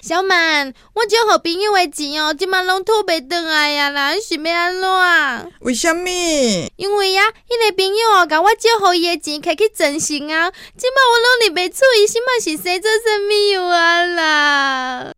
小曼，我借互朋友的钱哦，即马拢吐袂转来啊啦，你是要安怎？ 为什么？ 因为啊，迄个朋友哦，甲我借互伊的钱摕去整形啊，即马我拢入袂厝，伊即马是生做啥物啊啦？